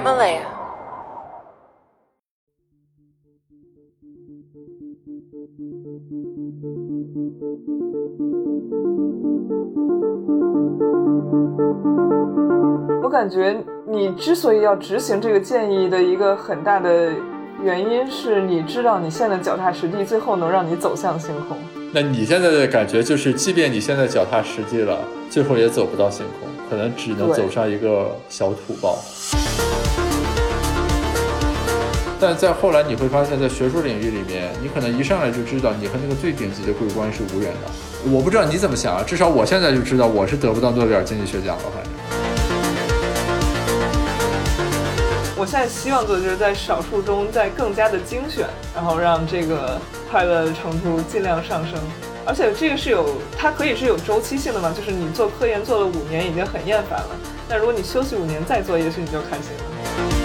Himalaya. 我感觉你之所以要执行这个建议的一个很大的原因是你知道你现在脚踏实地最后能让你走向星空。 那你现在的感觉就是即便你现在脚踏实地了，最后也走不到星空，可能只能走上一个小土包。但在后来你会发现在学术领域里面，你可能一上来就知道你和那个最顶级的贵关系是无缘的。我不知道你怎么想啊，至少我现在就知道我是得不到诺贝尔经济学奖了。反正我现在希望做的就是在少数中再更加的精选，然后让这个快乐程度尽量上升。而且这个是它可以是有周期性的嘛，就是你做科研做了5年已经很厌烦了，但如果你休息5年再做，也许你就开心了。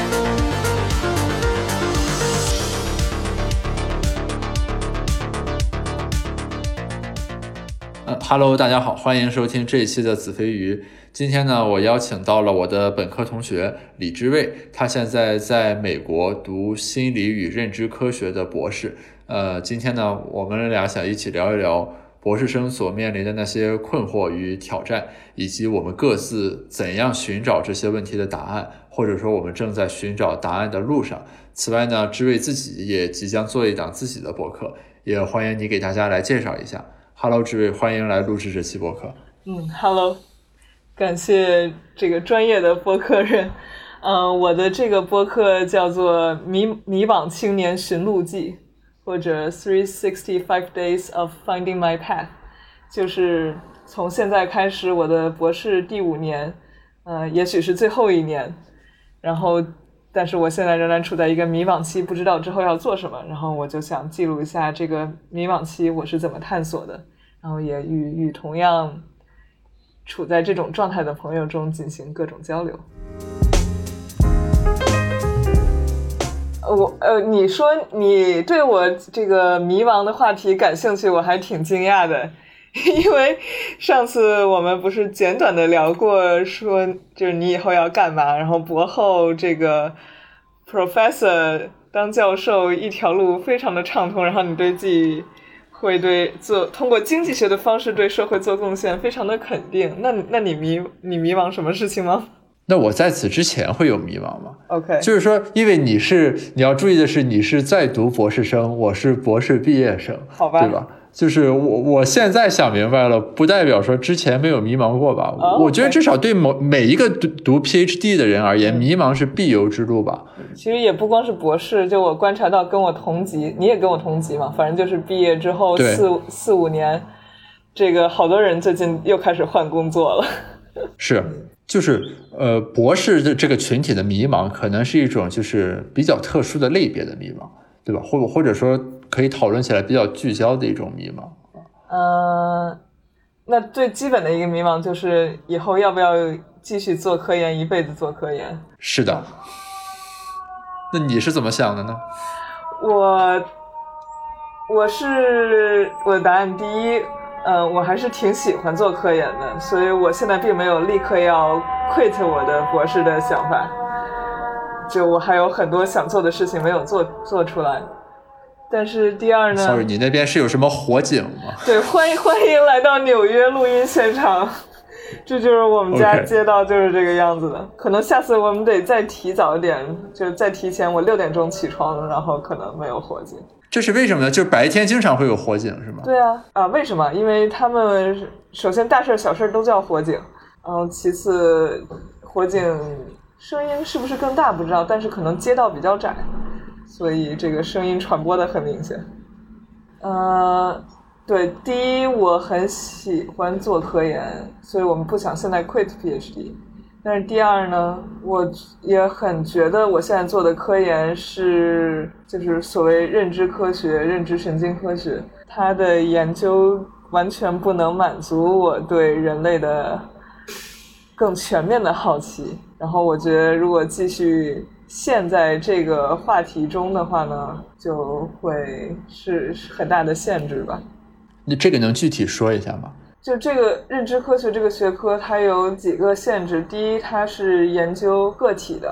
Hello， 大家好，欢迎收听这一期的子非鱼。今天呢，我邀请到了我的本科同学李之卫，他现在在美国读心理与认知科学的博士。今天呢，我们俩想一起聊一聊博士生所面临的那些困惑与挑战，以及我们各自怎样寻找这些问题的答案，或者说我们正在寻找答案的路上。此外呢，之卫自己也即将做一档自己的博客，也欢迎你给大家来介绍一下。Hello， 之卫，欢迎来录制这期播客。 Hello， 感谢这个专业的播客人。我的这个播客叫做迷惘青年寻路记，或者365 Days of Finding My Path， 就是从现在开始我的博士第5年，也许是最后1年，然后但是我现在仍然处在一个迷惘期，不知道之后要做什么，然后我就想记录一下这个迷惘期我是怎么探索的，然后也与同样处在这种状态的朋友中进行各种交流。你说你对我这个迷茫的话题感兴趣，我还挺惊讶的，因为上次我们不是简短的聊过，说就是你以后要干嘛，然后博后这个 professor 当教授一条路非常的畅通，然后你对自己会通过经济学的方式对社会做贡献非常的肯定。那你迷茫什么事情吗？ 那我在此之前会有迷茫吗？ OK， 就是说因为你要注意的是你是在读博士生，我是博士毕业生， 好吧， 对吧？就是我现在想明白了，不代表说之前没有迷茫过吧。我觉得至少对每一个读 PhD 的人而言，迷茫是必由之路吧。 其实也不光是博士，就我观察到跟我同级，你也跟我同级嘛，反正就是毕业之后4-5年，这个好多人最近又开始换工作了。 是，就是博士的这个群体的迷茫可能是一种就是比较特殊的类别的迷茫，对吧？或者说可以讨论起来比较聚焦的一种迷茫。 那最基本的一个迷茫就是以后要不要继续做科研，一辈子做科研。 是的。那你是怎么想的呢？ 我的答案第一，我还是挺喜欢做科研的，所以我现在并没有立刻要 quit 我的博士的想法，就我还有很多想做的事情没有做出来。但是第二呢 Sorry， 你那边是有什么火警吗？ 对，欢迎来到纽约录音现场，这就是我们家街道就是这个样子的。Okay. 可能下次我们得再提早一点，就是再提前我6点钟起床，然后可能没有火警。 这是为什么呢？就白天经常会有火警是吗？ 对啊，为什么？因为他们首先大事小事都叫火警，然后其次火警声音是不是更大不知道，但是可能街道比较窄，所以这个声音传播的很明显。对，第一我很喜欢做科研，所以我们不想现在 quit PhD。但是第二呢，我也很觉得我现在做的科研就是所谓认知科学、认知神经科学，它的研究完全不能满足我对人类的更全面的好奇。然后我觉得如果继续陷在这个话题中的话呢，就会是很大的限制吧。 你这个能具体说一下吗？ 就这个认知科学这个学科它有几个限制。第一，它是研究个体的，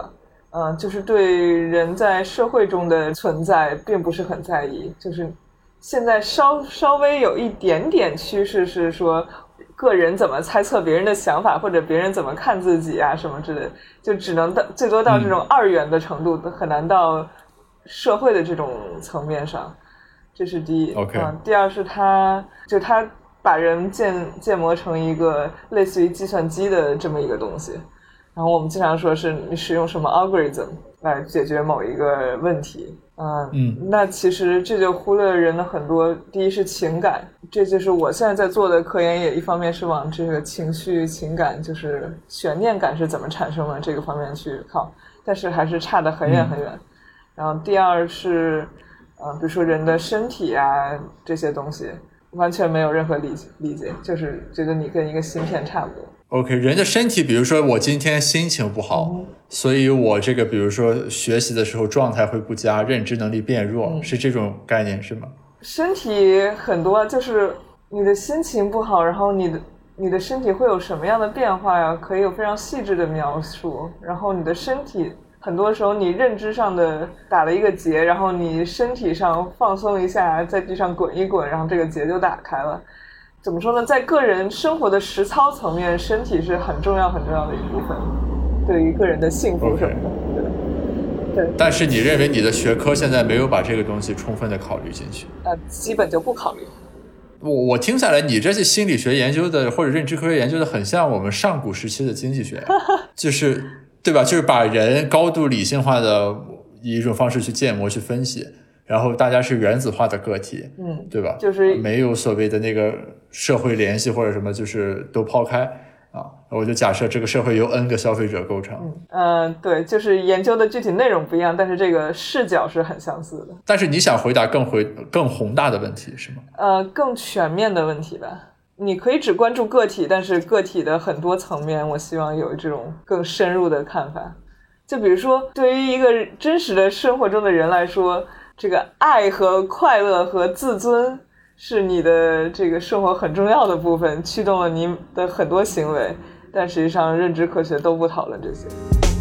就是对人在社会中的存在并不是很在意，就是现在稍微有一点点趋势是说个人怎么猜测别人的想法，或者别人怎么看自己啊什么之类的，就只能最多到这种二元的程度，很难到社会的这种层面上。这是第一。第二是他把人建模成一个类似于计算机的这么一个东西，然后我们经常说是你使用什么 algorithm 来解决某一个问题。那其实这就忽略了人的很多，第一是情感，这就是我现在在做的科研，也一方面是往这个情绪情感，就是悬念感是怎么产生的这个方面去靠，但是还是差得很远很远。然后第二是比如说人的身体啊这些东西完全没有任何理解，就是觉得你跟一个芯片差不多。 OK， 人的身体，比如说我今天心情不好，所以我这个比如说学习的时候状态会不佳，认知能力变弱，是这种概念是吗？ 身体很多，就是你的心情不好，然后你的身体会有什么样的变化呀？可以有非常细致的描述。然后你的身体很多时候你认知上的打了一个结，然后你身体上放松一下，在地上滚一滚，然后这个结就打开了。怎么说呢，在个人生活的实操层面，身体是很重要很重要的一部分，对于个人的幸福什么的。对。 但是你认为你的学科现在没有把这个东西充分的考虑进去？ 基本就不考虑。 我听下来，你这些心理学研究的或者认知科学研究的，很像我们上古时期的经济学，就是对吧？就是把人高度理性化的以一种方式去建模去分析。然后大家是原子化的个体，对吧？ 就是没有所谓的那个社会联系或者什么，就是都抛开啊。我就假设这个社会由 N 个消费者构成。 对，就是研究的具体内容不一样，但是这个视角是很相似的。 但是你想回答更宏大的问题是吗？ 更全面的问题吧。你可以只关注个体，但是个体的很多层面，我希望有这种更深入的看法。就比如说，对于一个真实的生活中的人来说，这个爱和快乐和自尊是你的这个生活很重要的部分，驱动了你的很多行为，但实际上认知科学都不讨论这些。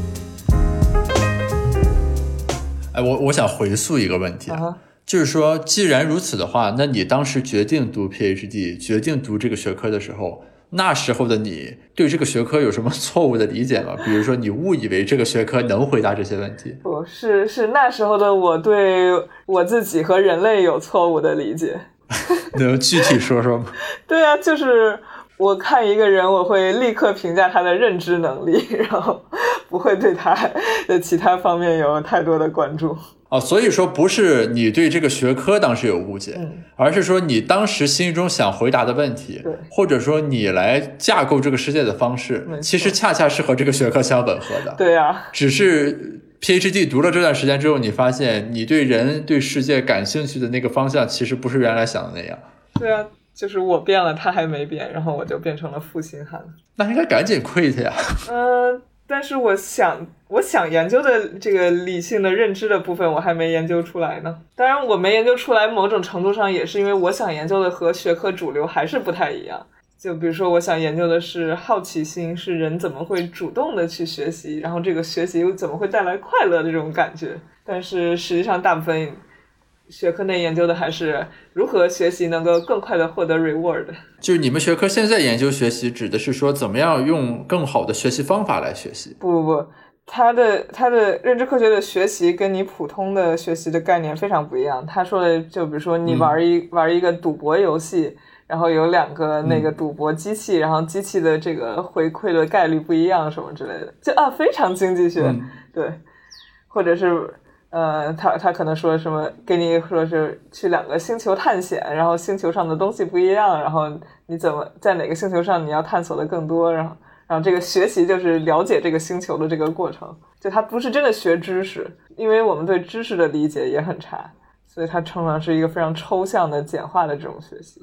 我想回溯一个问题就是说既然如此的话，那你当时决定读 PhD 决定读这个学科的时候，那时候的你对这个学科有什么错误的理解吗？比如说你误以为这个学科能回答这些问题？ 不是，是那时候的我对我自己和人类有错误的理解。 能具体说说吗？ 对啊，就是我看一个人，我会立刻评价他的认知能力，然后不会对他的其他方面有太多的关注。 所以说不是你对这个学科当时有误解，而是说你当时心中想回答的问题，或者说你来架构这个世界的方式，其实恰恰是和这个学科相吻合的。 对啊， 只是 PhD 读了这段时间之后，你发现你对人对世界感兴趣的那个方向其实不是原来想的那样。 对啊，就是我变了，他还没变，然后我就变成了负心汉。 那应该赶紧 quit 呀。 但是我想研究的这个理性的认知的部分我还没研究出来呢。当然我没研究出来，某种程度上也是因为我想研究的和学科主流还是不太一样。就比如说我想研究的是好奇心，是人怎么会主动的去学习，然后这个学习又怎么会带来快乐的这种感觉。但是实际上大部分学科内研究的还是如何学习能够更快的获得 reward。 就是你们学科现在研究学习指的是说怎么样用更好的学习方法来学习？ 不，他的认知科学的学习跟你普通的学习的概念非常不一样。他说的就比如说你玩一个赌博游戏，然后有两个那个赌博机器，然后机器的这个回馈的概率不一样什么之类的，就非常经济学。对，或者是他可能说什么，给你说是去两个星球探险，然后星球上的东西不一样，然后你怎么在哪个星球上你要探索的更多，然后这个学习就是了解这个星球的这个过程。就它不是真的学知识，因为我们对知识的理解也很差，所以它通常是一个非常抽象的简化的这种学习。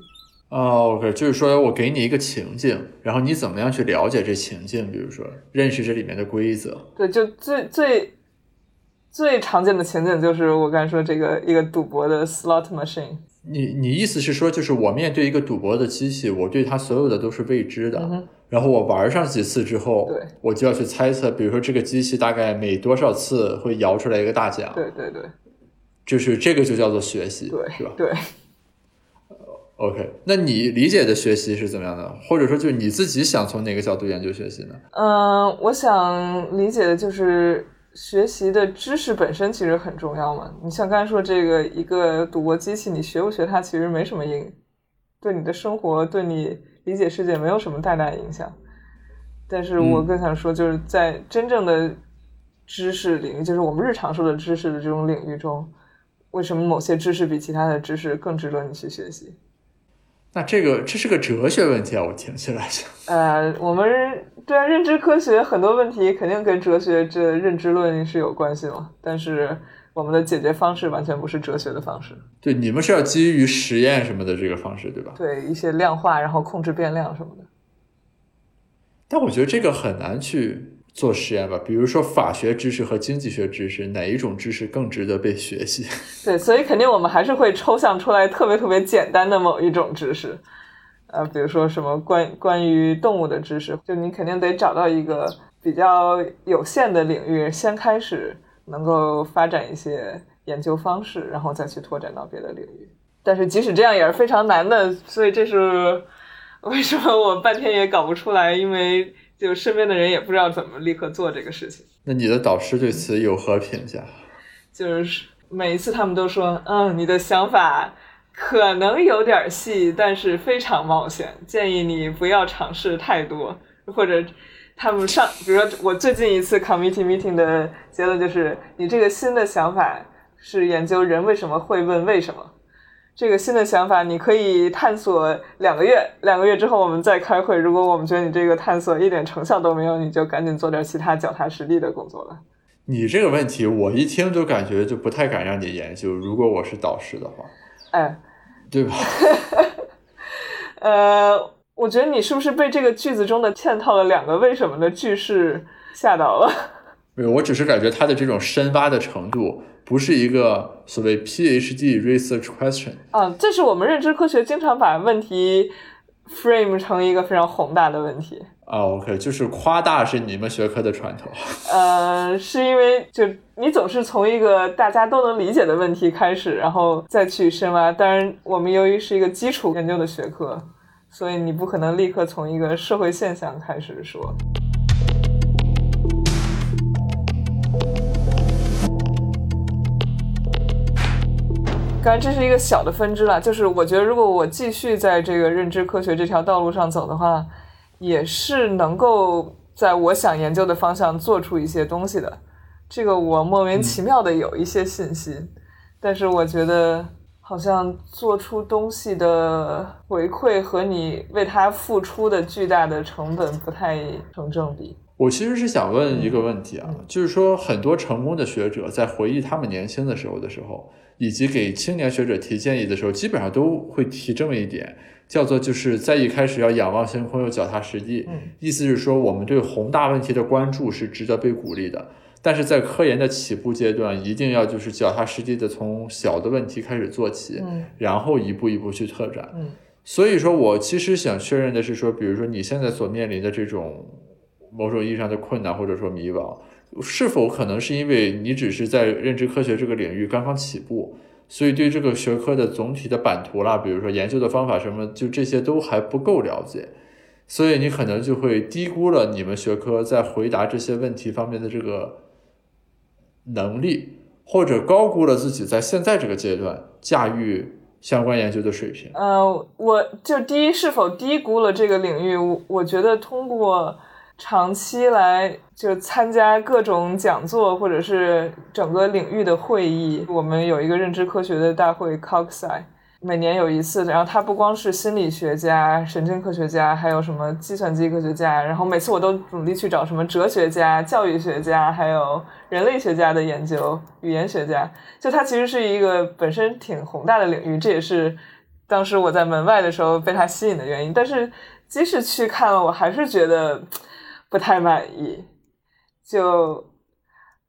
OK， 就是说我给你一个情境，然后你怎么样去了解这情境，比如说认识这里面的规则。 对，就最常见的情景就是我刚才说这个一个赌博的 slot machine， 你意思是说，就是我面对一个赌博的机器，我对它所有的都是未知的，然后我玩上几次之后，我就要去猜测，比如说这个机器大概每多少次会摇出来一个大奖， 对， 就是这个就叫做学习， 对， 是吧？ 对。 OK， 那你理解的学习是怎么样的？或者说，就是你自己想从哪个角度研究学习呢？ 我想理解的就是学习的知识本身其实很重要嘛。你像刚才说这个一个赌博机器，你学不学它其实没什么对你的生活、对你理解世界没有什么太大影响。但是我更想说，就是在真正的知识领域，就是我们日常说的知识的这种领域中，为什么某些知识比其他的知识更值得你去学习？ 那这是个哲学问题啊，我听起来我们对啊，认知科学很多问题肯定跟哲学这认知论是有关系嘛，但是我们的解决方式完全不是哲学的方式。 对，你们是要基于实验什么的这个方式，对吧？ 对，一些量化，然后控制变量什么的。 但我觉得这个很难去做实验吧，比如说法学知识和经济学知识，哪一种知识更值得被学习？ 对，所以肯定我们还是会抽象出来特别特别简单的某一种知识，比如说什么关于动物的知识，就你肯定得找到一个比较有限的领域，先开始能够发展一些研究方式，然后再去拓展到别的领域。但是即使这样也是非常难的，所以这是为什么我半天也搞不出来，因为就身边的人也不知道怎么立刻做这个事情。 那你的导师对此有何评价？ 就是每一次他们都说，你的想法可能有点细，但是非常冒险，建议你不要尝试太多。或者他们比如说我最近一次 committee meeting 的结论就是，你这个新的想法是研究人为什么会问为什么。这个新的想法你可以探索2个月，2个月之后我们再开会，如果我们觉得你这个探索一点成效都没有，你就赶紧做点其他脚踏实地的工作了。 你这个问题我一听就感觉就不太敢让你研究，如果我是导师的话，对吧？ 我觉得你是不是被这个句子中的嵌套了2个为什么的句式吓到了？ 我只是感觉它的这种深挖的程度不是一个所谓 PhD research question。 这是我们认知科学经常把问题 frame 成一个非常宏大的问题。 OK， 就是夸大是你们学科的传统。 是因为就你总是从一个大家都能理解的问题开始，然后再去深挖。当然，我们由于是一个基础研究的学科，所以你不可能立刻从一个社会现象开始说。当然这是一个小的分支了，就是我觉得如果我继续在这个认知科学这条道路上走的话，也是能够在我想研究的方向做出一些东西的。这个我莫名其妙的有一些信心，但是我觉得好像做出东西的回馈和你为它付出的巨大的成本不太成正比。 我其实是想问一个问题啊，就是说很多成功的学者在回忆他们年轻的时候，以及给青年学者提建议的时候，基本上都会提这么一点，叫做就是在一开始要仰望星空，又脚踏实地。意思是说我们对宏大问题的关注是值得被鼓励的，但是在科研的起步阶段一定要就是脚踏实地的从小的问题开始做起，然后一步一步去拓展。所以说我其实想确认的是说，比如说你现在所面临的这种某种意义上的困难或者说迷惘，是否可能是因为你只是在认知科学这个领域刚刚起步，所以对这个学科的总体的版图啦，比如说研究的方法什么，就这些都还不够了解，所以你可能就会低估了你们学科在回答这些问题方面的这个能力，或者高估了自己在现在这个阶段驾驭相关研究的水平。 我就第一是否低估了这个领域，我觉得通过长期来就参加各种讲座或者是整个领域的会议，我们有一个认知科学的大会 CogSci， 每年有一次，然后它不光是心理学家、神经科学家，还有什么计算机科学家，然后每次我都努力去找什么哲学家、教育学家还有人类学家的研究，语言学家，就它其实是一个本身挺宏大的领域，这也是当时我在门外的时候被它吸引的原因。但是即使去看了，我还是觉得不太满意。就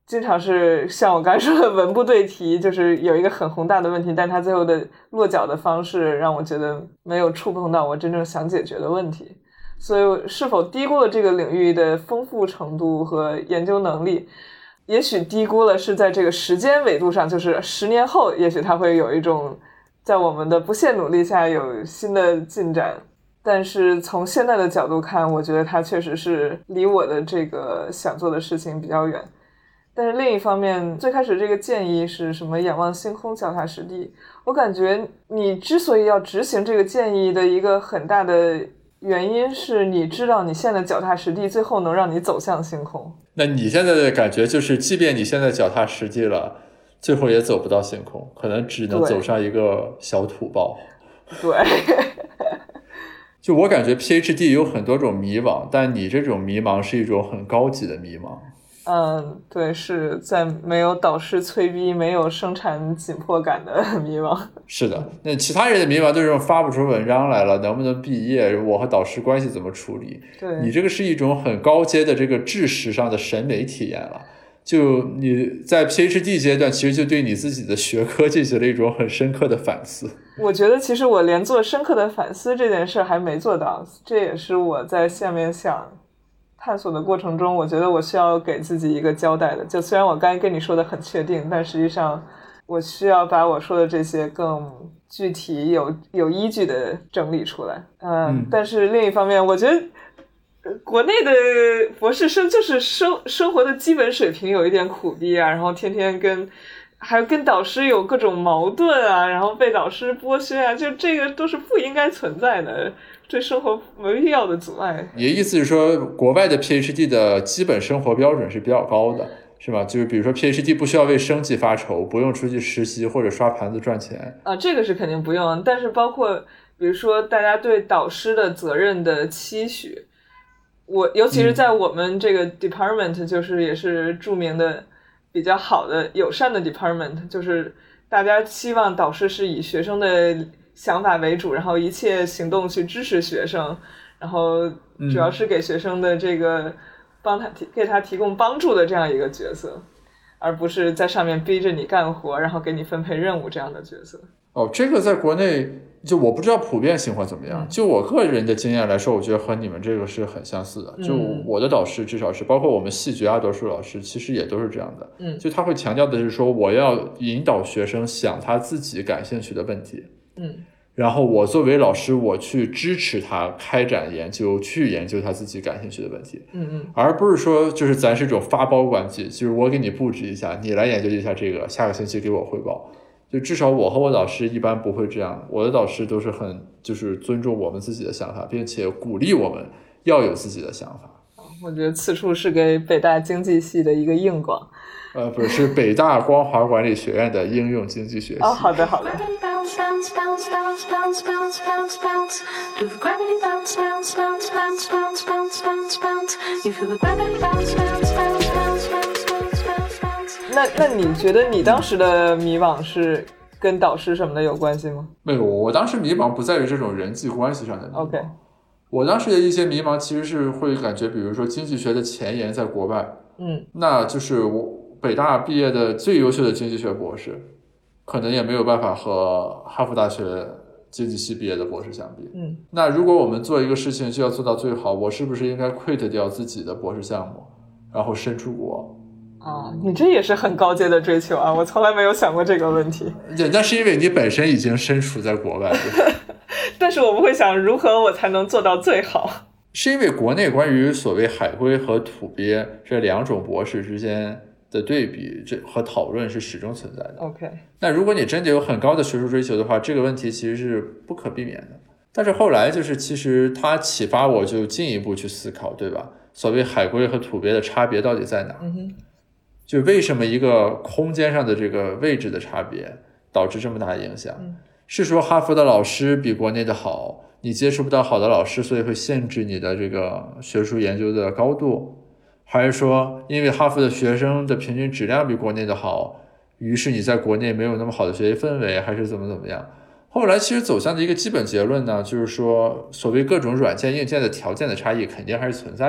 经常是像我刚才说的文不对题，就是有一个很宏大的问题，但他最后的落脚的方式让我觉得没有触碰到我真正想解决的问题。所以是否低估了这个领域的丰富程度和研究能力，也许低估了是在这个时间维度上，就是10年后也许它会有一种在我们的不懈努力下有新的进展，但是从现在的角度看，我觉得它确实是离我的这个想做的事情比较远。但是另一方面，最开始这个建议是什么仰望星空脚踏实地，我感觉你之所以要执行这个建议的一个很大的原因是你知道你现在脚踏实地最后能让你走向星空。 那你现在的感觉就是即便你现在脚踏实地了，最后也走不到星空，可能只能走上一个小土包。 对就我感觉 PhD 有很多种迷茫，但你这种迷茫是一种很高级的迷茫。 对，是在没有导师催逼、没有生产紧迫感的迷茫。 是的，那其他人的迷茫都是发不出文章来了，能不能毕业，我和导师关系怎么处理。 对， 你这个是一种很高阶的这个知识上的审美体验了。就你在 PhD 阶段，其实就对你自己的学科进行了一种很深刻的反思。 我觉得其实我连做深刻的反思这件事还没做到，这也是我在下面想探索的过程中，我觉得我需要给自己一个交代的。就虽然我刚才跟你说的很确定，但实际上我需要把我说的这些更具体有依据的整理出来。但是另一方面，我觉得国内的博士生就是生活的基本水平有一点苦逼啊，然后天天还跟导师有各种矛盾啊，然后被导师剥削啊，就这个都是不应该存在的，对生活没必要的阻碍。 你的意思是说，国外的 PhD 的基本生活标准是比较高的，是吧？就是比如说 PhD 不需要为生计发愁，不用出去实习或者刷盘子赚钱啊，这个是肯定不用。但是包括比如说大家对导师的责任的期许，尤其是在我们这个 department，就是也是著名的比较好的友善的 department， 就是大家希望导师是以学生的想法为主，然后一切行动去支持学生，然后主要是给学生的这个给他提供帮助的这样一个角色，而不是在上面逼着你干活，然后给你分配任务这样的角色。 这个在国内就我不知道普遍情况怎么样，就我个人的经验来说，我觉得和你们这个是很相似的。就我的导师至少是包括我们系绝大多数老师其实也都是这样的。就他会强调的是说，我要引导学生想他自己感兴趣的问题。然后我作为老师，我去支持他开展研究，去研究他自己感兴趣的问题。而不是说就是咱是一种发包关系，就是我给你布置一下，你来研究一下这个，下个星期给我汇报。就至少我和我导师一般不会这样，我的导师都是就是尊重我们自己的想法，并且鼓励我们要有自己的想法。 我觉得此处是给北大经济系的一个硬广。 不是北大光华管理学院的应用经济学系。 好的。那你觉得你当时的迷惘是跟导师什么的有关系吗？ 没有，我当时迷茫不在于这种人际关系上的迷茫。 OK， 我当时的一些迷茫其实是会感觉，比如说经济学的前沿在国外，那就是我北大毕业的最优秀的经济学博士，可能也没有办法和哈佛大学经济系毕业的博士相比。那如果我们做一个事情就要做到最好，我是不是应该 quit 掉自己的博士项目，然后伸出国？ 你这也是很高阶的追求啊！我从来没有想过这个问题。 那是因为你本身已经身处在国外。 但是我不会想如何我才能做到最好。 是因为国内关于所谓海归和土鳖这两种博士之间的对比和讨论是始终存在的。 OK， 那如果你真的有很高的学术追求的话，这个问题其实是不可避免的。但是后来就是其实它启发我就进一步去思考，对吧？所谓海归和土鳖的差别到底在哪？就为什么一个空间上的这个位置的差别导致这么大的影响？是说哈佛的老师比国内的好，你接触不到好的老师，所以会限制你的这个学术研究的高度？还是说因为哈佛的学生的平均质量比国内的好，于是你在国内没有那么好的学习氛围，还是怎么样？后来其实走向的一个基本结论呢，就是说所谓各种软件硬件的条件的差异肯定还是存在的。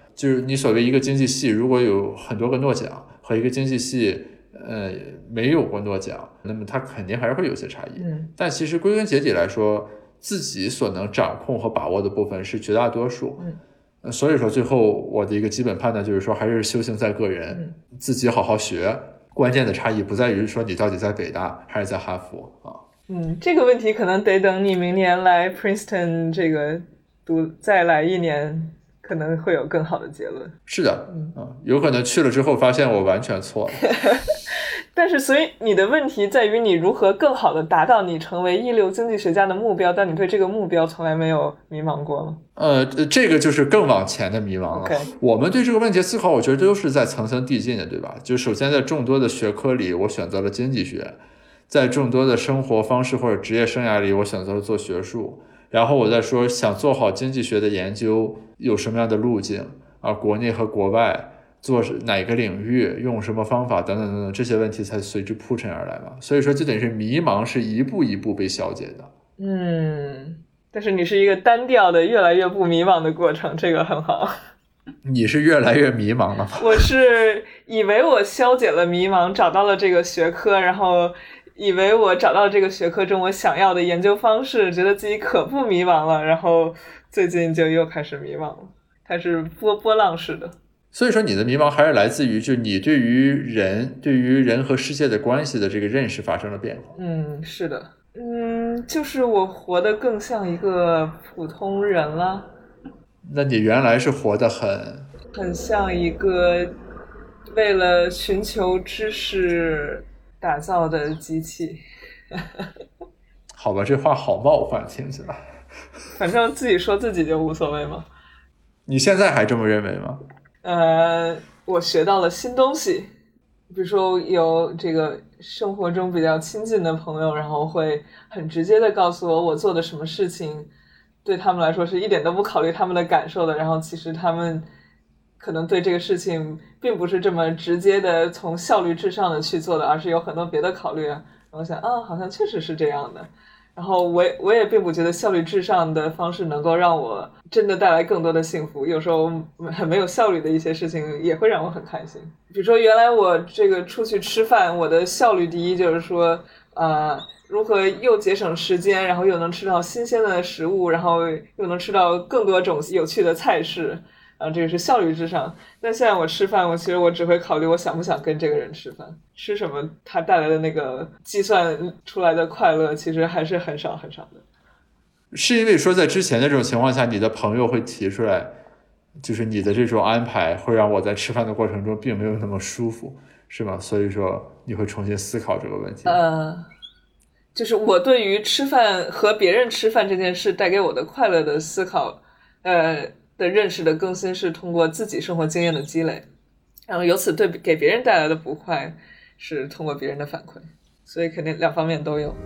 就是你所谓一个经济系如果有很多个诺奖和一个经济系没有过诺奖，那么它肯定还是会有些差异。但其实归根结底来说，自己所能掌控和把握的部分是绝大多数。所以说最后我的一个基本判断就是说，还是修行在个人，自己好好学。关键的差异不在于说你到底在北大还是在哈佛啊。 这个问题可能得等你明年来 Princeton 这个再来1年，可能会有更好的结论。 是的，有可能去了之后发现我完全错了。 但是所以你的问题在于你如何更好的达到你成为一流经济学家的目标，但你对这个目标从来没有迷茫过吗？ 这个就是更往前的迷茫了。 Okay. 我们对这个问题思考，我觉得都是在层层递进的，对吧？就首先在众多的学科里，我选择了经济学；在众多的生活方式或者职业生涯里，我选择了做学术。然后我再说想做好经济学的研究有什么样的路径啊，国内和国外。做哪个领域，用什么方法等等等等，这些问题才随之铺陈而来嘛。所以说就等于是迷茫是一步一步被消解的。 但是你是一个单调的越来越不迷茫的过程，这个很好。 你是越来越迷茫了吗？ 我是以为我消解了迷茫，找到了这个学科，然后以为我找到这个学科中我想要的研究方式，觉得自己可不迷茫了，然后最近就又开始迷茫了，它是波浪式的。 所以说你的迷茫还是来自于就你对于人和世界的关系的这个认识发生了变化。 是的。就是我活得更像一个普通人了。 那你原来是活得很像一个为了寻求知识打造的机器。 好吧，这话好冒犯，听起来。 反正自己说自己就无所谓嘛。 你现在还这么认为吗？ 我学到了新东西，比如说有这个生活中比较亲近的朋友，然后会很直接的告诉我做的什么事情对他们来说是一点都不考虑他们的感受的，然后其实他们可能对这个事情并不是这么直接的从效率至上的去做的，而是有很多别的考虑。然后想好像确实是这样的。然后我也并不觉得效率至上的方式能够让我真的带来更多的幸福，有时候很没有效率的一些事情也会让我很开心。比如说原来我这个出去吃饭，我的效率第一就是说如何又节省时间，然后又能吃到新鲜的食物，然后又能吃到更多种有趣的菜式，这个是效率至上。那现在我吃饭，其实我只会考虑我想不想跟这个人吃饭，吃什么它带来的那个计算出来的快乐其实还是很少很少的。 是因为说在之前的这种情况下，你的朋友会提出来，就是你的这种安排会让我在吃饭的过程中并没有那么舒服，是吗？所以说你会重新思考这个问题。 就是我对于吃饭和别人吃饭这件事带给我的快乐的思考的认识的更新是通过自己生活经验的积累，然后由此对给别人带来的不快是通过别人的反馈，所以肯定两方面都有。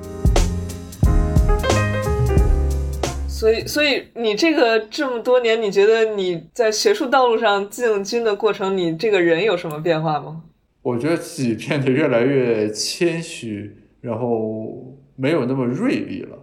所以你这个这么多年，你觉得你在学术道路上进军的过程，你这个人有什么变化吗？ 我觉得自己变得越来越谦虚，然后没有那么锐利了。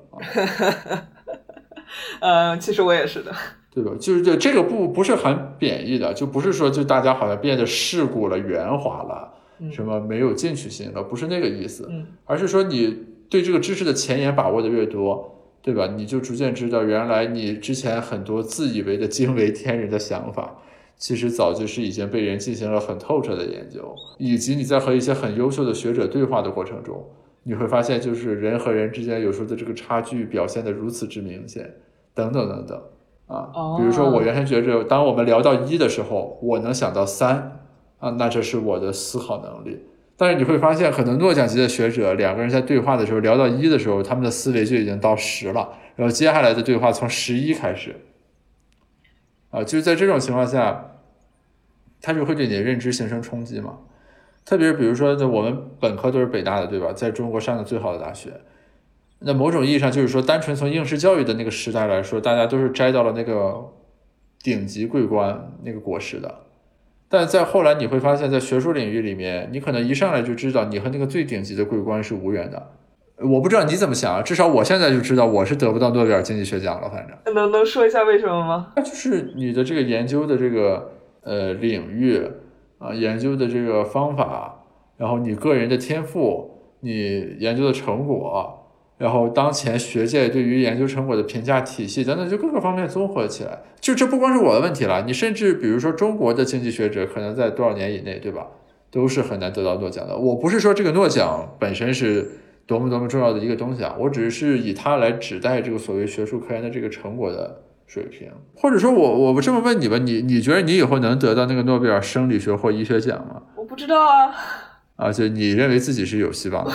其实我也是的， 对吧？就是这个不是很贬义的，就不是说就大家好像变得世故了、圆滑了，什么没有进取心了，不是那个意思，而是说你对这个知识的前沿把握的越多，对吧？你就逐渐知道原来你之前很多自以为的惊为天人的想法，其实早就是已经被人进行了很透彻的研究，以及你在和一些很优秀的学者对话的过程中，你会发现就是人和人之间有时候的这个差距表现得如此之明显，等等等等比如说我原先觉着当我们聊到1的时候，我能想到3那这是我的思考能力。但是你会发现可能诺奖级的学者两个人在对话的时候聊到1的时候，他们的思维就已经到10了，然后接下来的对话从11开始就是在这种情况下它就会对你的认知形成冲击嘛。特别是比如说我们本科都是北大的，对吧？在中国上的最好的大学，那某种意义上就是说单纯从应试教育的那个时代来说，大家都是摘到了那个顶级桂冠那个果实的。但在后来你会发现在学术领域里面，你可能一上来就知道你和那个最顶级的桂冠是无缘的。我不知道你怎么想，至少我现在就知道我是得不到诺贝尔经济学奖了。反正能说一下为什么吗？ 那就是你的这个研究的这个领域研究的这个方法，然后你个人的天赋，你研究的成果，然后当前学界对于研究成果的评价体系等等，就各个方面综合起来，就这不光是我的问题了，你甚至比如说中国的经济学者可能在多少年以内，对吧，都是很难得到诺奖的。我不是说这个诺奖本身是多么多么重要的一个东西啊，我只是以它来指代这个所谓学术科研的这个成果的水平。或者说我这么问你吧，你觉得你以后能得到那个诺贝尔生理学或医学奖吗？ 我不知道啊。 就你认为自己是有希望的？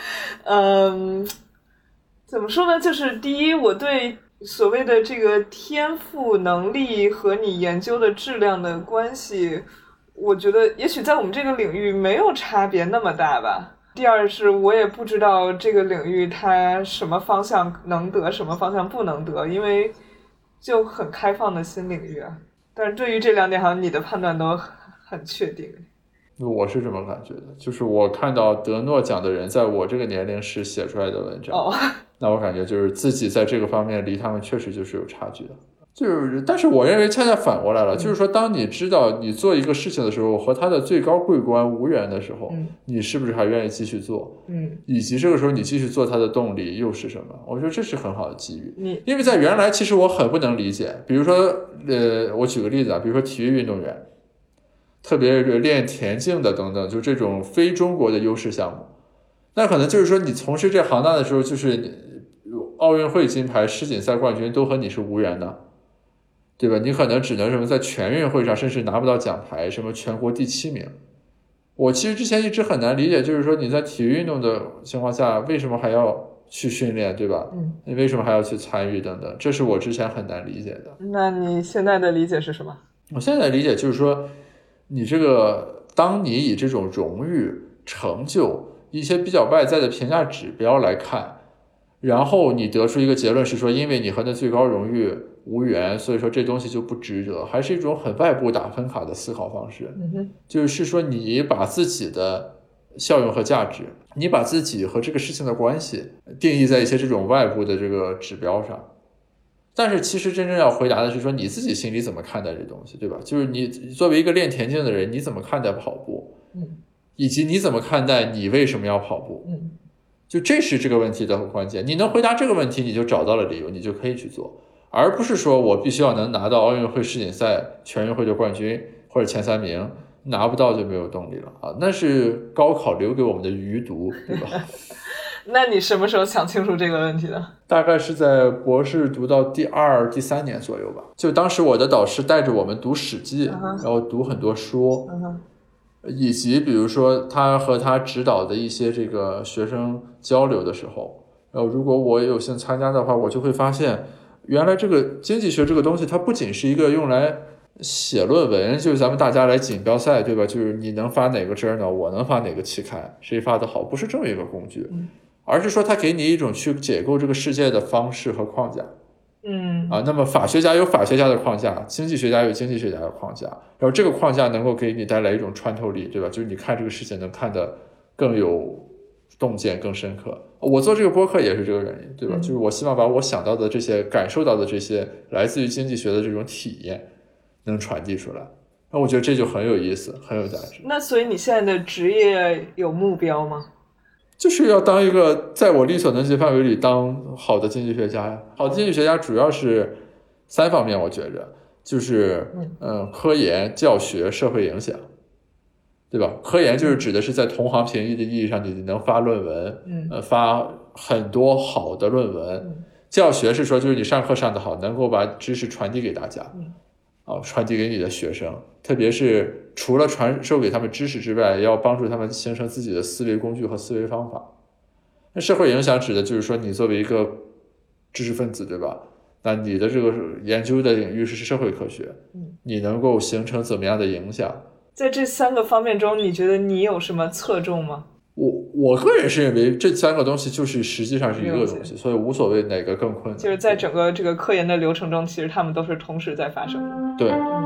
怎么说呢？就是第一，我对所谓的这个天赋能力和你研究的质量的关系，我觉得也许在我们这个领域没有差别那么大吧。第二是我也不知道这个领域它什么方向能得，什么方向不能得，因为就很开放的新领域啊。但是对于这两点，好像你的判断都很确定。 我是这么感觉的，就是我看到得诺奖的人在我这个年龄时写出来的文章，那我感觉就是自己在这个方面离他们确实就是有差距的。但是我认为恰恰反过来了，就是说当你知道你做一个事情的时候和它的最高桂冠无缘的时候，你是不是还愿意继续做，以及这个时候你继续做它的动力又是什么？我觉得这是很好的机遇。因为在原来其实我很不能理解，比如说我举个例子啊，比如说体育运动员，特别是练田径的等等，就这种非中国的优势项目，那可能就是说你从事这行当的时候，就是奥运会金牌、世锦赛冠军都和你是无缘的，对吧？你可能只能什么在全运会上甚至拿不到奖牌，什么全国第7名。我其实之前一直很难理解，就是说你在体育运动的情况下为什么还要去训练，对吧？你为什么还要去参与等等，这是我之前很难理解的。 那你现在的理解是什么？ 我现在的理解就是说，你这个当你以这种荣誉、成就一些比较外在的评价指标来看，然后你得出一个结论是说，因为你和那最高荣誉无缘，所以说这东西就不值得，还是一种很外部打分卡的思考方式。就是说你把自己的效用和价值，你把自己和这个事情的关系定义在一些这种外部的这个指标上。但是其实真正要回答的是说你自己心里怎么看待这东西，对吧？就是你作为一个练田径的人，你怎么看待跑步，以及你怎么看待你为什么要跑步，就这是这个问题的关键。你能回答这个问题，你就找到了理由，你就可以去做，而不是说我必须要能拿到奥运会、世锦赛、全运会的冠军或者前3名，拿不到就没有动力了啊！那是高考留给我们的余毒，对吧？ 那你什么时候想清楚这个问题的？ 大概是在博士读到第2、第3年左右吧。就当时我的导师带着我们读《史记》然后读很多书，以及比如说他和他指导的一些这个学生交流的时候，然后如果我有幸参加的话，我就会发现，原来这个经济学这个东西，它不仅是一个用来写论文，就是咱们大家来锦标赛，对吧？就是你能发哪个 journal， 我能发哪个期刊，谁发的好，不是这么一个工具。而是说它给你一种去解构这个世界的方式和框架。那么法学家有法学家的框架，经济学家有经济学家的框架，然后这个框架能够给你带来一种穿透力，对吧？就是你看这个事情能看得更有洞见、更深刻。我做这个播客也是这个原因，对吧？就是我希望把我想到的这些、感受到的这些来自于经济学的这种体验能传递出来。那我觉得这就很有意思，很有价值。 那所以你现在的职业有目标吗？ 就是要当一个在我力所能及范围里当好的经济学家呀。好的经济学家主要是3方面，我觉着就是科研、教学、社会影响，对吧？科研就是指的是在同行评议的意义上，你能发论文，发很多好的论文。教学是说就是你上课上得好，能够把知识传递给大家，传递给你的学生，特别是除了传授给他们知识之外，要帮助他们形成自己的思维工具和思维方法。那社会影响指的就是说你作为一个知识分子，对吧？那你的这个研究的领域是社会科学，你能够形成怎么样的影响？ 在这3个方面中，你觉得你有什么侧重吗？ 我个人是认为这3个东西就是实际上是一个东西，所以无所谓哪个更困难。 就是在整个这个科研的流程中，其实他们都是同时在发生的。 对。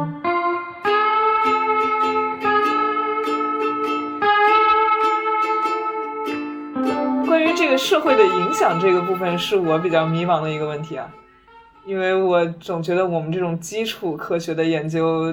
关于这个社会的影响这个部分，是我比较迷茫的一个问题啊，因为我总觉得我们这种基础科学的研究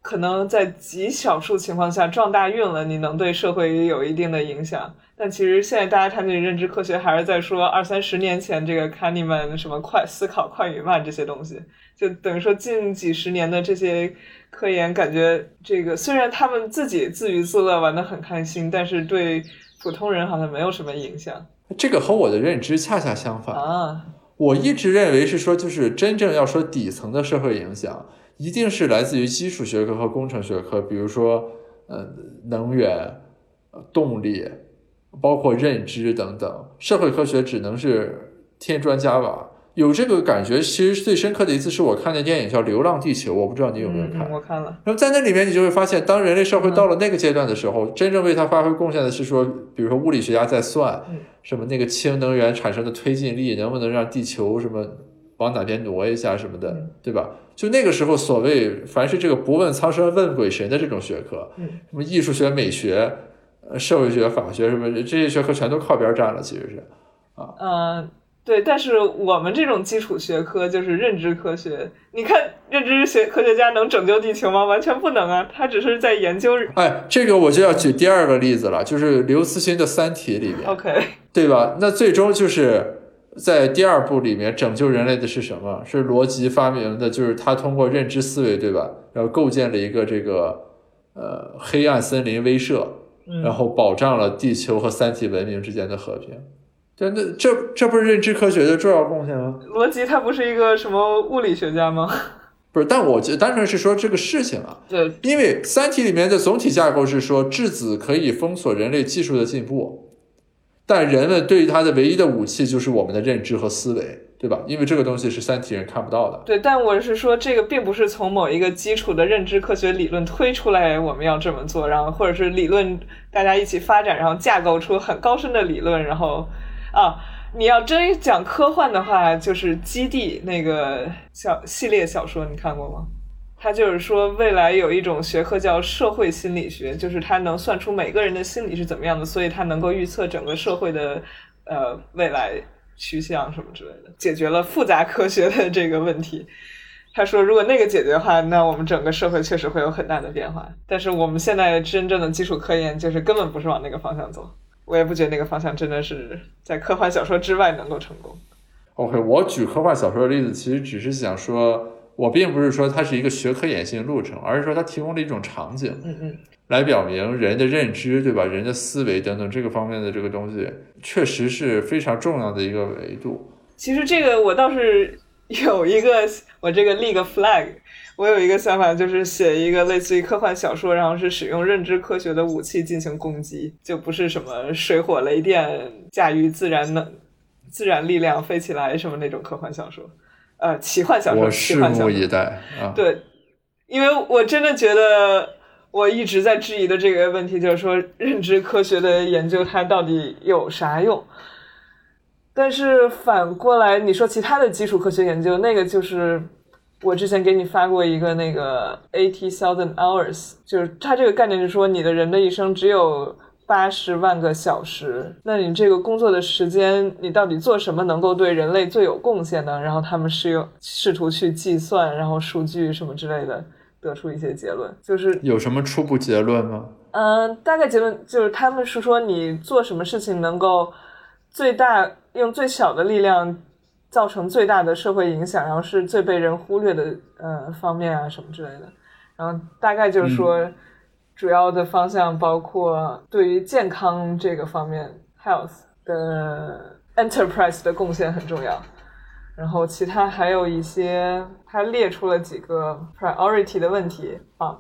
可能在极少数情况下撞大运了，你能对社会有一定的影响。但其实现在大家谈起认知科学，还是在说20-30年前这个卡尼曼什么快思考快与慢这些东西，就等于说近几十年的这些科研，感觉这个虽然他们自己自娱自乐玩得很开心，但是对普通人好像没有什么影响。 这个和我的认知恰恰相反啊！ 我一直认为是说，就是真正要说底层的社会影响，一定是来自于基础学科和工程学科，比如说能源、动力，包括认知等等。社会科学只能是添砖加瓦。有这个感觉，其实最深刻的一次是我看的电影叫《流浪地球》，我不知道你有没有看。 我看了。 然后在那里面你就会发现，当人类社会到了那个阶段的时候，真正为它发挥贡献的是说，比如说物理学家在算什么那个氢能源产生的推进力能不能让地球什么往哪边挪一下什么的，对吧？就那个时候所谓凡是这个不问苍生问鬼神的这种学科，什么艺术学、美学、社会学、法学什么这些学科全都靠边站了，其实是对，但是我们这种基础学科就是认知科学，你看认知科学家能拯救地球吗？完全不能啊，他只是在研究。 这个我就要举第二个例子了，就是刘慈欣的《三体》里面 OK， 对吧？那最终就是在第二部里面拯救人类的是什么？是罗辑发明的，就是他通过认知思维，对吧？然后构建了一个这个黑暗森林威慑，然后保障了地球和三体文明之间的和平。对，那这不是认知科学的重要贡献吗？ 罗辑他不是一个什么物理学家吗？ 不是，但我单纯是说这个事情啊。 对， 因为《三体》里面的总体架构是说，质子可以封锁人类技术的进步，但人们对于它的唯一的武器就是我们的认知和思维，对吧？因为这个东西是三体人看不到的。 对，但我是说这个并不是从某一个基础的认知科学理论推出来我们要这么做，然后或者是理论大家一起发展，然后架构出很高深的理论，然后你要真讲科幻的话，就是《基地》那个系列小说，你看过吗？它就是说未来有一种学科叫社会心理学，就是它能算出每个人的心理是怎么样的，所以它能够预测整个社会的未来趋向什么之类的，解决了复杂科学的这个问题。他说如果那个解决的话，那我们整个社会确实会有很大的变化，但是我们现在真正的基础科研就是根本不是往那个方向走，我也不觉得那个方向真的是在科幻小说之外能够成功。 OK， 我举科幻小说的例子其实只是想说，我并不是说它是一个学科演进路程，而是说它提供了一种场景来表明人的认知，对吧？人的思维等等这个方面的这个东西确实是非常重要的一个维度。 其实这个我倒是有一个，我这个立个 flag， 我有一个想法，就是写一个类似于科幻小说，然后是使用认知科学的武器进行攻击，就不是什么水火雷电驾驭自然力量飞起来什么那种科幻小说，奇幻小说。 我拭目以待啊！ 对，因为我真的觉得我一直在质疑的这个问题就是说，认知科学的研究它到底有啥用？但是反过来你说其他的基础科学研究，那个就是我之前给你发过一个那个 80,000 hours， 就是它这个概念是说你的人的一生只有80万个小时，那你这个工作的时间你到底做什么能够对人类最有贡献呢？然后他们试图去计算，然后数据什么之类的，得出一些结论。就是有什么初步结论吗？ 大概结论就是他们是说你做什么事情能够用最小的力量造成最大的社会影响，然后是最被人忽略的方面啊什么之类的。然后大概就是说主要的方向包括对于健康这个方面 health 的 enterprise 的贡献很重要，然后其他还有一些他列出了几个 priority 的问题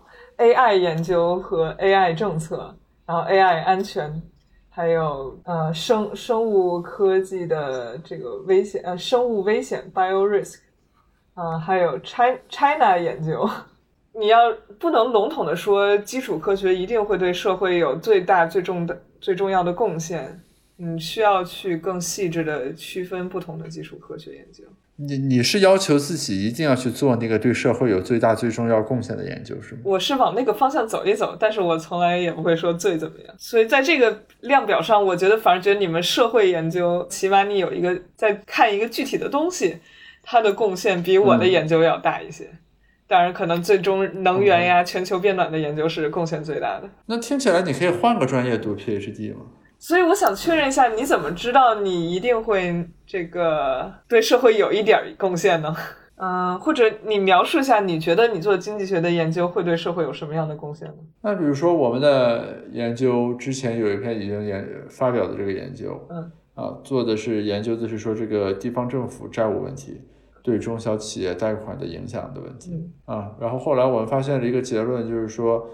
AI 研究和 AI 政策，然后 AI 安全，还有生物科技的这个危险生物危险 bio risk， 还有 China 研究。你要不能笼统的说基础科学一定会对社会有最大最重要的贡献，你需要去更细致的区分不同的基础科学研究。 你是要求自己一定要去做那个对社会有最大最重要贡献的研究是吗？ 我是往那个方向走一走，但是我从来也不会说最怎么样。所以在这个量表上，我反而觉得你们社会研究起码你有一个在看一个具体的东西，它的贡献比我的研究要大一些。 当然可能最终能源呀、全球变暖的研究是贡献最大的。 那听起来你可以换个专业读 PhD 吗？ 所以我想确认一下，你怎么知道你一定会这个对社会有一点贡献呢？或者你描述一下，你觉得你做经济学的研究会对社会有什么样的贡献呢？ 那比如说我们的研究之前有一篇已经发表的这个研究，做的是研究的是说这个地方政府债务问题对中小企业贷款的影响的问题，然后后来我们发现了一个结论，就是说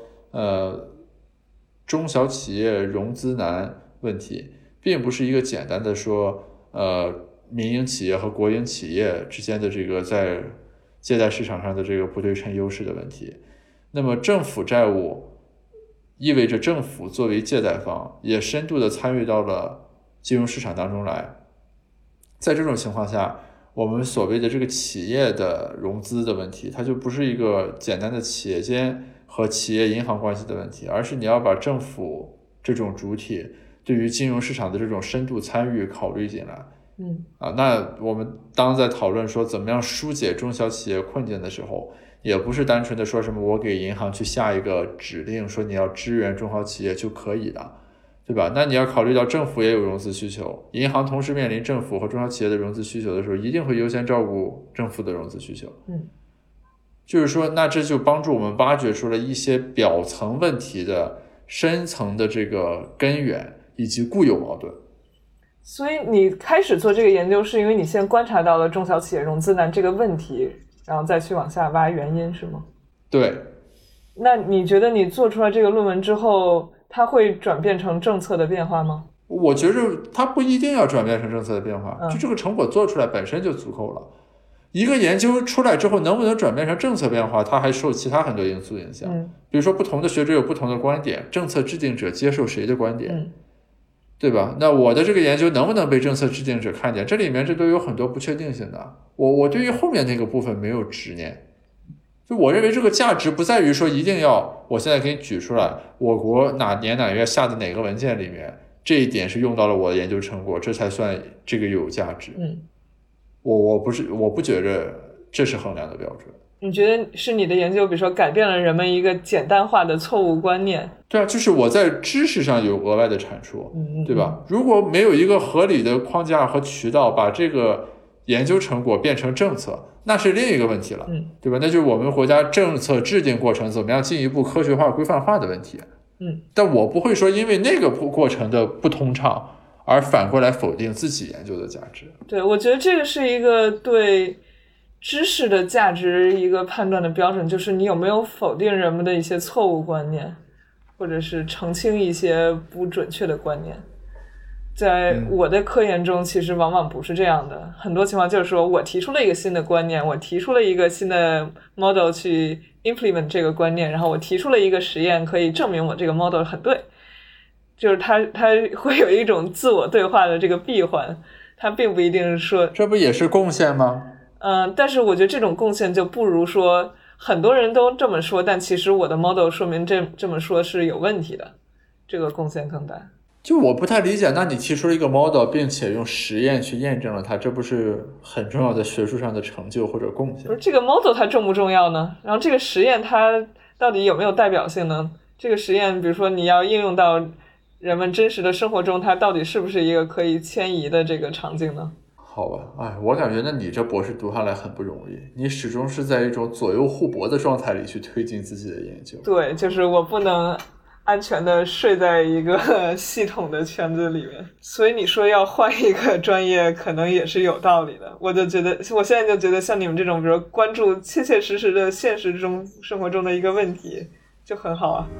中小企业融资难问题并不是一个简单的说民营企业和国营企业之间的这个在借贷市场上的这个不对称优势的问题。那么政府债务意味着政府作为借贷方也深度的参与到了金融市场当中来。在这种情况下，我们所谓的这个企业的融资的问题，它就不是一个简单的企业间和企业银行关系的问题，而是你要把政府这种主体对于金融市场的这种深度参与考虑进来。那我们当在讨论说怎么样疏解中小企业困境的时候，也不是单纯的说什么我给银行去下一个指令说你要支援中小企业就可以了，对吧？那你要考虑到政府也有融资需求，银行同时面临政府和中小企业的融资需求的时候，一定会优先照顾政府的融资需求。就是说，那这就帮助我们挖掘出了一些表层问题的深层的这个根源以及固有矛盾。 所以你开始做这个研究是因为你先观察到了中小企业融资难这个问题，然后再去往下挖原因，是吗？ 对。 那你觉得你做出来这个论文之后，它会转变成政策的变化吗？ 我觉得它不一定要转变成政策的变化，就这个成果做出来本身就足够了。一个研究出来之后能不能转变成政策变化，它还受其他很多因素影响。比如说不同的学者有不同的观点，政策制定者接受谁的观点，对吧？那我的这个研究能不能被政策制定者看见，这里面这都有很多不确定性的。我对于后面那个部分没有执念，就我认为这个价值不在于说一定要我现在给你举出来我国哪年哪月下的哪个文件里面这一点是用到了我的研究成果，这才算这个有价值。我不觉着这是衡量的标准。 你觉得是你的研究比如说改变了人们一个简单化的错误观念？ 对啊，就是我在知识上有额外的产出，对吧？如果没有一个合理的框架和渠道把这个研究成果变成政策，那是另一个问题了，对吧？那就是我们国家政策制定过程怎么样进一步科学化规范化的问题。但我不会说因为那个过程的不通畅而反过来否定自己研究的价值。 对，我觉得这个是一个对知识的价值一个判断的标准，就是你有没有否定人们的一些错误观念，或者是澄清一些不准确的观念。在我的科研中其实往往不是这样的，很多情况就是说我提出了一个新的观念，我提出了一个新的 model 去 implement 这个观念，然后我提出了一个实验可以证明我这个 model 很对，就是它会有一种自我对话的这个闭环，它并不一定是说这不也是贡献吗？ 但是我觉得这种贡献就不如说很多人都这么说，但其实我的 model 说明这么说是有问题的，这个贡献更大。 就我不太理解，那你提出了一个 model 并且用实验去验证了它，这不是很重要的学术上的成就或者贡献？ 不是，这个 model 它重不重要呢？然后这个实验它到底有没有代表性呢？这个实验比如说你要应用到人们真实的生活中，它到底是不是一个可以迁移的这个场景呢？ 好吧，我感觉那你这博士读下来很不容易，你始终是在一种左右互搏的状态里去推进自己的研究。 对，就是我不能安全的睡在一个系统的圈子里面，所以你说要换一个专业可能也是有道理的。我现在就觉得像你们这种比如关注切切实实的现实中生活中的一个问题就很好啊。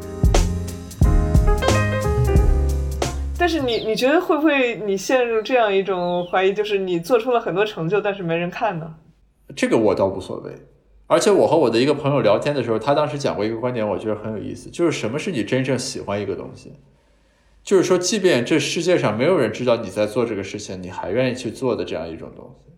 但是你觉得会不会你陷入这样一种怀疑，就是你做出了很多成就但是没人看呢？ 这个我倒无所谓，而且我和我的一个朋友聊天的时候，他当时讲过一个观点，我觉得很有意思，就是什么是你真正喜欢一个东西，就是说即便这世界上没有人知道你在做这个事情，你还愿意去做的这样一种东西。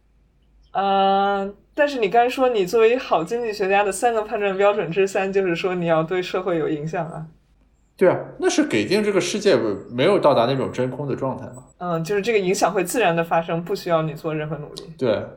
但是你刚才说你作为好经济学家的3个判断标准之3就是说你要对社会有影响啊。 对啊，那是给定这个世界没有到达那种真空的状态嘛。 就是这个影响会自然的发生，不需要你做任何努力。 对，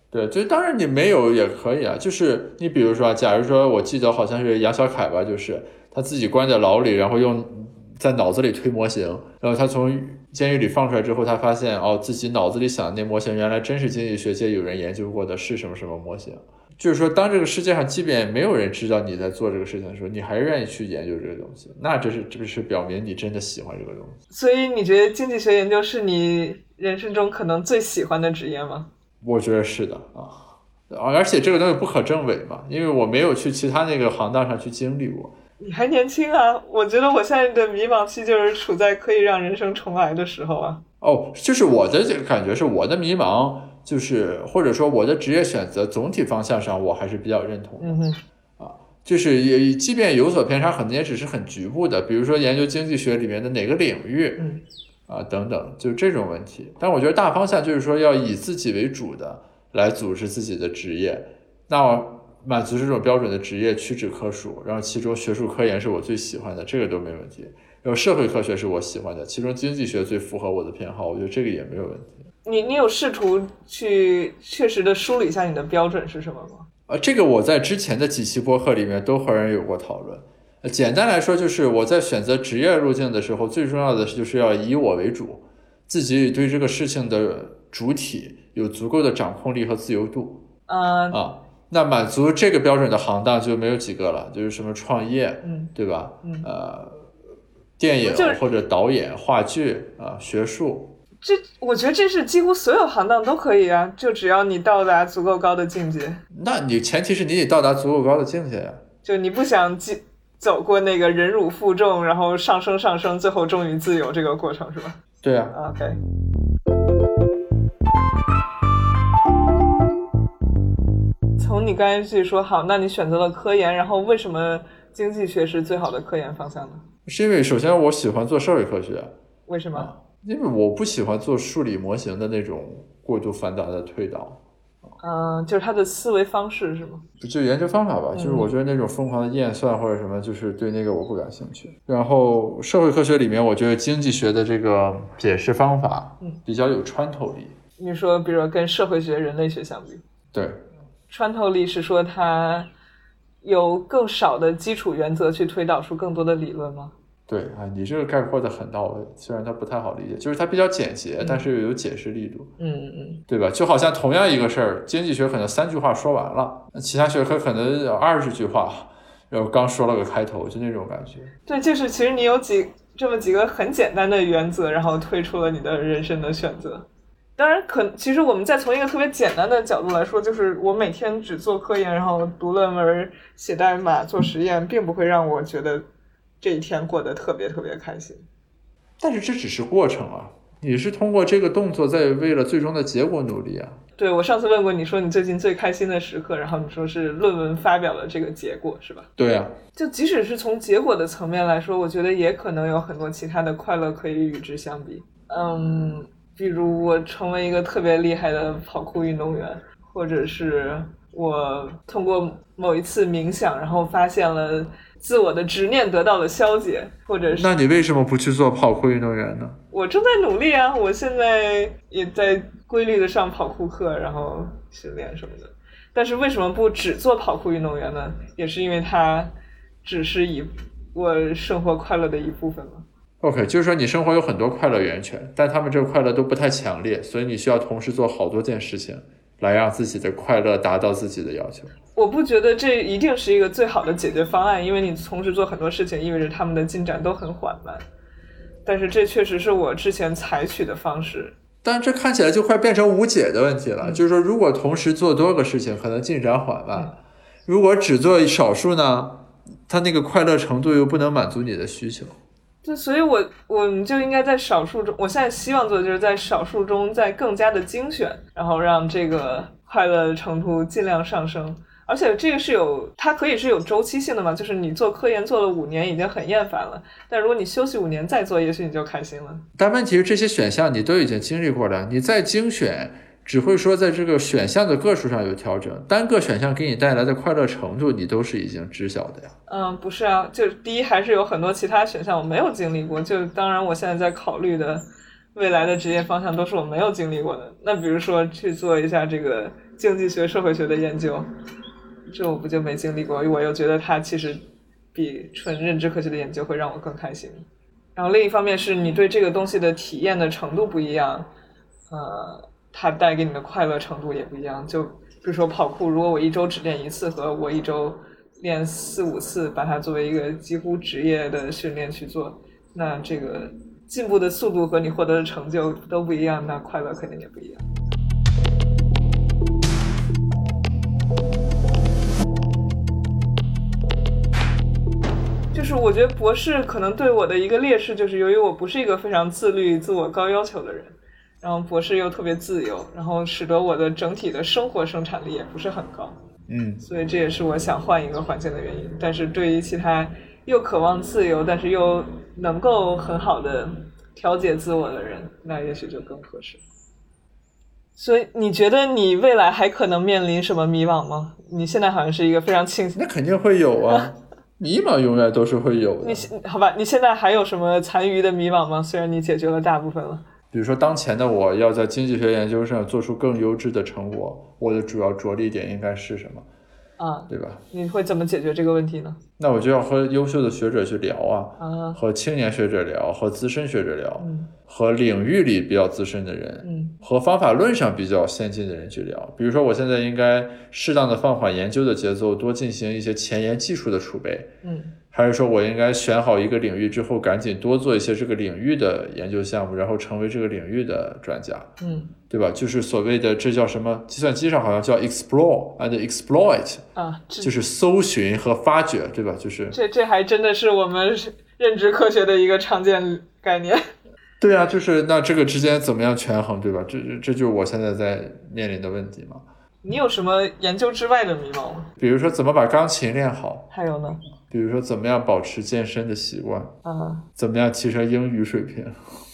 对，就当然你没有也可以啊，就是你比如说，假如说我记得好像是杨小凯吧，就是他自己关在牢里，然后在脑子里推模型，然后他从监狱里放出来之后，他发现自己脑子里想的那模型原来真是经济学界有人研究过的是什么什么模型。就是说当这个世界上即便没有人知道你在做这个事情的时候，你还是愿意去研究这个东西，那这是表明你真的喜欢这个东西。 所以你觉得经济学研究是你人生中可能最喜欢的职业吗？ 我觉得是的啊，而且这个东西不可证伪嘛，因为我没有去其他那个行当上去经历过。 你还年轻啊，我觉得我现在的迷茫期就是处在可以让人生重来的时候啊。 就是我的这个感觉是我的迷茫，就是或者说我的职业选择总体方向上我还是比较认同的。就是也即便有所偏差，可能也只是很局部的，比如说研究经济学里面的哪个领域等等，就这种问题。但我觉得大方向就是说要以自己为主的来组织自己的职业，那满足这种标准的职业屈指可数，然后其中学术科研是我最喜欢的，这个都没问题。然后社会科学是我喜欢的，其中经济学最符合我的偏好，我觉得这个也没有问题。 你有试图去确实的梳理一下你的标准是什么吗？ 这个我在之前的几期播客里面都和人有过讨论。简单来说，就是我在选择职业路径的时候，最重要的就是要以我为主，自己对这个事情的主体有足够的掌控力和自由度。那满足这个标准的行当就没有几个了，就是什么创业，对吧？电影或者导演、话剧学术。 我觉得这是几乎所有行当都可以啊，就只要你到达足够高的境界。 那你前提是你得到达足够高的境界呀。 就你不想走过那个忍辱负重，然后上升，最后终于自由这个过程是吧？ 对啊。 OK。从你刚才自己说好，那你选择了科研，然后为什么经济学是最好的科研方向呢？是因为首先我喜欢做社会科学。 为什么？ 因为我不喜欢做数理模型的那种过度繁杂的推导。 就是他的思维方式是吗？ 就研究方法吧，就是我觉得那种疯狂的验算或者什么，就是对那个我不感兴趣。然后社会科学里面，我觉得经济学的这个解释方法比较有穿透力。 你说比如说跟社会学、人类学相比？ 对。 穿透力是说它有更少的基础原则去推导出更多的理论吗？ 对你这个概括的很到位，虽然它不太好理解，就是它比较简洁，但是有解释力度。对吧？就好像同样一个事儿，经济学可能3句话说完了，其他学科可能20句话，然后刚说了个开头，就那种感觉。 对，就是其实你有这么几个很简单的原则，然后推出了你的人生的选择。当然其实我们再从一个特别简单的角度来说，就是我每天只做科研，然后读论文、写代码、做实验，并不会让我觉得这一天过得特别特别开心。 但是这只是过程啊，你是通过这个动作在为了最终的结果努力啊。 对，我上次问过你说你最近最开心的时刻，然后你说是论文发表了这个结果是吧？ 对啊。 就即使是从结果的层面来说，我觉得也可能有很多其他的快乐可以与之相比。比如我成为一个特别厉害的跑酷运动员，或者是我通过某一次冥想，然后发现了自我的执念得到了消解，或者是…… 那你为什么不去做跑酷运动员呢？ 我正在努力啊，我现在也在规律的上跑酷课，然后训练什么的。但是为什么不只做跑酷运动员呢？也是因为它只是我生活快乐的一部分嘛。 OK， 就是说你生活有很多快乐源泉，但他们这个快乐都不太强烈，所以你需要同时做好多件事情来让自己的快乐达到自己的要求。 我不觉得这一定是一个最好的解决方案，因为你同时做很多事情意味着他们的进展都很缓慢，但是这确实是我之前采取的方式。 但这看起来就快变成无解的问题了，就是说如果同时做多个事情可能进展缓慢，如果只做少数呢，它那个快乐程度又不能满足你的需求。 对，所以我们就应该在少数中，我现在希望做的就是在少数中再更加的精选，然后让这个快乐程度尽量上升。而且这个它可以是有周期性的嘛，就是你做科研做了5年已经很厌烦了，但如果你休息5年再做，也许你就开心了。 但问题是这些选项你都已经经历过了，你再精选只会说在这个选项的个数上有调整，单个选项给你带来的快乐程度你都是已经知晓的呀。 不是啊，就第一还是有很多其他选项我没有经历过，就当然我现在在考虑的未来的职业方向都是我没有经历过的。那比如说去做一下这个经济学、社会学的研究，这我不就没经历过，我又觉得它其实比纯认知科学的研究会让我更开心。然后另一方面是你对这个东西的体验的程度不一样，它带给你的快乐程度也不一样。就比如说跑酷，如果我一周只练1次和我一周练4、5次，把它作为一个几乎职业的训练去做，那这个进步的速度和你获得的成就都不一样，那快乐肯定也不一样。就是我觉得博士可能对我的一个劣势，就是由于我不是一个非常自律、自我高要求的人，然后博士又特别自由，然后使得我的整体的生活生产力也不是很高。所以这也是我想换一个环境的原因。但是对于其他又渴望自由，但是又能够很好的调节自我的人，那也许就更合适。所以你觉得你未来还可能面临什么迷惘吗？你现在好像是一个非常清醒。 那肯定会有啊，迷茫永远都是会有的。 好吧，你现在还有什么残余的迷茫吗？虽然你解决了大部分了。 比如说当前的我要在经济学研究上做出更优质的成果，我的主要着力点应该是什么？对吧？ 你会怎么解决这个问题呢？ 那我就要和优秀的学者去聊和青年学者聊，和资深学者聊，和领域里比较资深的人，和方法论上比较先进的人去聊。比如说我现在应该适当的放缓研究的节奏，多进行一些前沿技术的储备，还是说我应该选好一个领域之后赶紧多做一些这个领域的研究项目，然后成为这个领域的专家，对吧？就是所谓的这叫什么，计算机上好像叫 explore and exploit，就是搜寻和发掘，对吧？就是这还真的是我们认知科学的一个常见概念。 对啊，就是那这个之间怎么样权衡，对吧？这就是我现在在面临的问题嘛。 你有什么研究之外的迷茫吗？ 比如说怎么把钢琴练好， 还有呢？ 比如说怎么样保持健身的习惯，怎么样提升英语水平。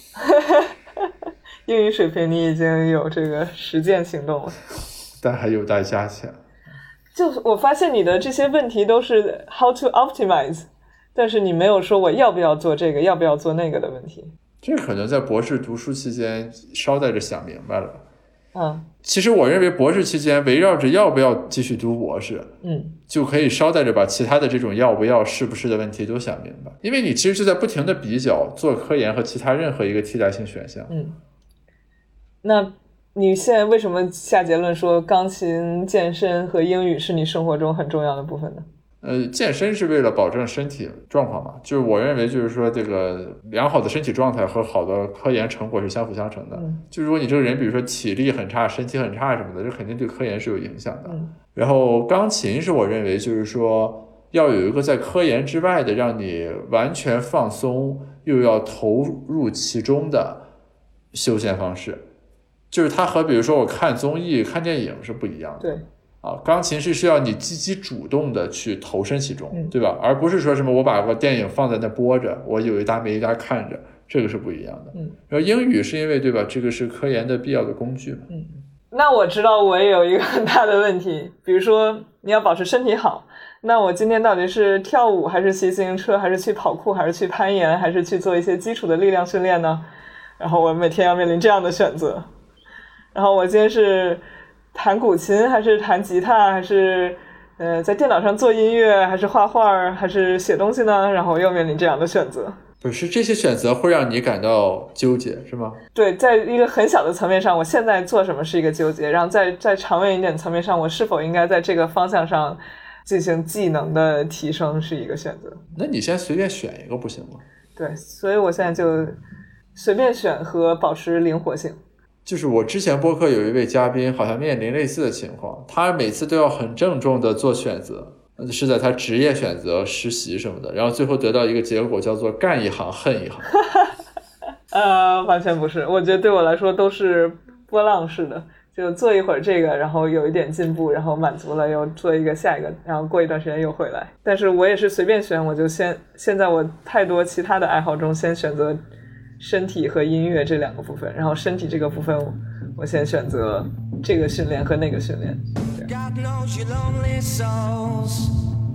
英语水平你已经有这个实践行动了， 但还有待加强。 就我发现你的这些问题都是 how to optimize， 但是你没有说我要不要做这个，要不要做那个的问题。 这可能在博士读书期间捎带着想明白了。其实我认为博士期间围绕着要不要继续读博士，就可以捎带着把其他的这种要不要是不是的问题都想明白，因为你其实就在不停的比较做科研和其他任何一个替代性选项。 那你现在为什么下结论说钢琴、健身和英语是你生活中很重要的部分呢？ 健身是为了保证身体状况嘛，就是我认为就是说这个良好的身体状态和好的科研成果是相辅相成的。就如果你这个人比如说体力很差、身体很差什么的，这肯定对科研是有影响的。然后钢琴是我认为就是说要有一个在科研之外的让你完全放松又要投入其中的休闲方式，就是它和比如说我看综艺、看电影是不一样的。 对。 钢琴是需要你积极主动的去投身其中，对吧？而不是说什么我把个电影放在那播着，我有一搭没一搭看着，这个是不一样的。然后英语是因为对吧，这个是科研的必要的工具嘛。 那我知道我也有一个很大的问题，比如说你要保持身体好，那我今天到底是跳舞还是骑自行车还是去跑酷还是去攀岩还是去做一些基础的力量训练呢？然后我每天要面临这样的选择。然后我今天是弹古琴还是弹吉他还是在电脑上做音乐还是画画还是写东西呢？然后又面临这样的选择。 不是这些选择会让你感到纠结是吗？ 对，在一个很小的层面上我现在做什么是一个纠结，然后在长远一点层面上我是否应该在这个方向上进行技能的提升是一个选择。 那你先随便选一个不行吗？ 对，所以我现在就随便选和保持灵活性。 就是我之前播客有一位嘉宾好像面临类似的情况，他每次都要很郑重的做选择，是在他职业选择实习什么的，然后最后得到一个结果叫做干一行恨一行。 完全不是，我觉得对我来说都是波浪式的，就做一会儿这个，然后有一点进步，然后满足了又做一个下一个，然后过一段时间又回来。但是我也是随便选，我就现在我太多其他的爱好中先选择身体和音乐这两个部分，然后身体这个部分我先选择这个训练和那个训练。God knows your lonely souls.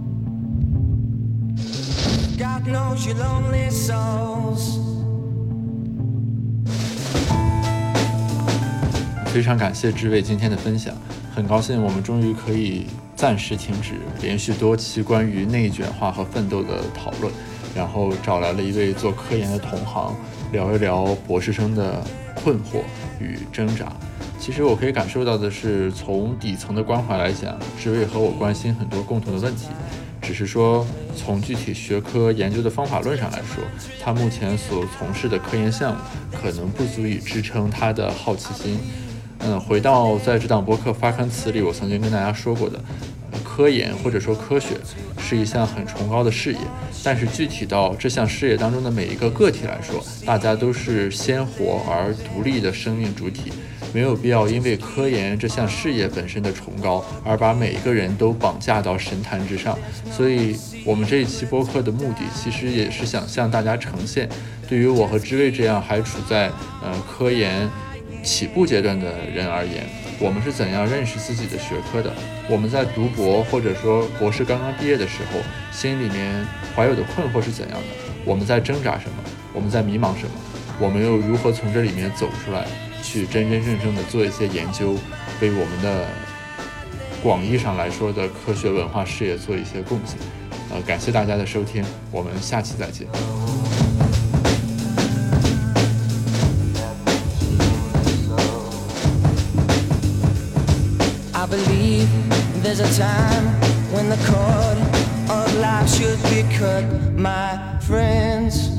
God knows your lonely souls. 非常感谢志伟今天的分享，很高兴我们终于可以暂时停止连续多期关于内卷化和奋斗的讨论，然后找来了一位做科研的同行，聊一聊博士生的困惑与挣扎。其实我可以感受到的是，从底层的关怀来讲，志伟和我关心很多共同的问题，只是说从具体学科研究的方法论上来说，他目前所从事的科研项目可能不足以支撑他的好奇心。回到在这档播客发刊词里我曾经跟大家说过的，科研或者说科学是一项很崇高的事业，但是具体到这项事业当中的每一个个体来说，大家都是鲜活而独立的生命主体，没有必要因为科研这项事业本身的崇高而把每一个人都绑架到神坛之上。所以我们这一期播客的目的其实也是想向大家呈现，对于我和知味这样还处在科研起步阶段的人而言，我们是怎样认识自己的学科的，我们在读博或者说博士刚刚毕业的时候，心里面怀有的困惑是怎样的，我们在挣扎什么，我们在迷茫什么，我们又如何从这里面走出来，去真真正正的做一些研究，为我们的广义上来说的科学文化事业做一些贡献。感谢大家的收听，我们下期再见。 I believe there's a time when the cord of life should be cut, my friends.